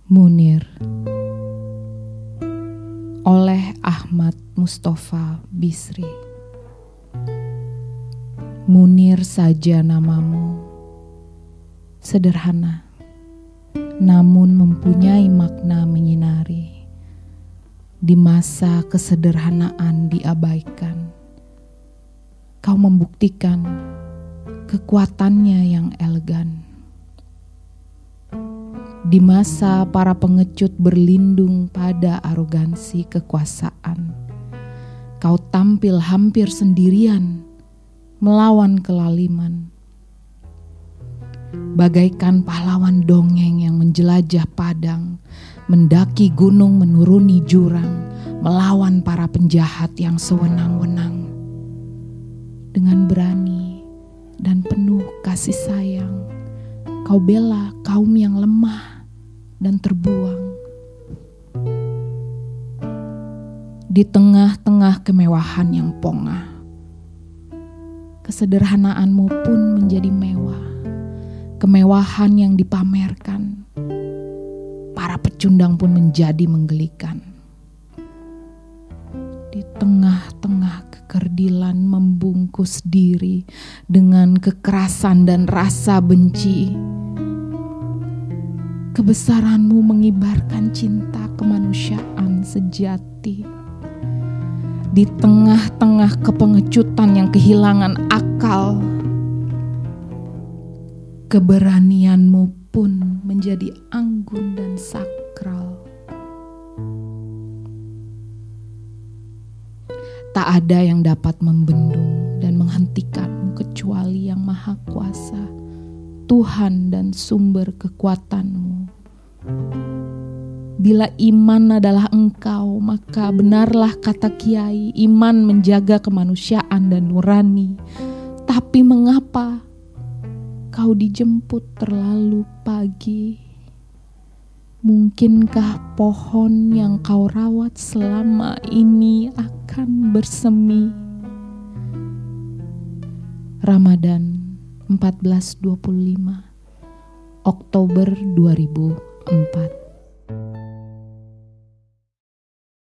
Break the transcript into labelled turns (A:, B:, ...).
A: Munir oleh Ahmad Mustafa Bisri. Munir saja namamu, sederhana, namun mempunyai makna menyinari. Di masa kesederhanaan diabaikan, kau membuktikan kekuatannya yang elegan. Di masa para pengecut berlindung pada arogansi kekuasaan, kau tampil hampir sendirian melawan kelaliman. Bagaikan pahlawan dongeng yang menjelajah padang, mendaki gunung, menuruni jurang, melawan para penjahat yang sewenang-wenang. Dengan berani dan penuh kasih sayang, kau bela kaum yang lemah dan terbuang. Di tengah-tengah kemewahan yang pongah, kesederhanaanmu pun menjadi mewah. Kemewahan yang dipamerkan, para pecundang pun menjadi menggelikan. Di tengah-tengah kekerdilan membungkus diri dengan kekerasan dan rasa benci, kebesaranmu mengibarkan cinta kemanusiaan sejati. Di tengah-tengah kepengecutan yang kehilangan akal, keberanianmu pun menjadi anggun dan sakral. Tak ada yang dapat membendung dan menghentikanmu kecuali Yang Maha Kuasa, Tuhan dan sumber kekuatanmu. Bila iman adalah Engkau, maka benarlah kata Kiai, iman menjaga kemanusiaan dan nurani. Tapi mengapa kau dijemput terlalu pagi? Mungkinkah pohon yang kau rawat selama ini akan bersemi? Ramadan 1425 Oktober 2004.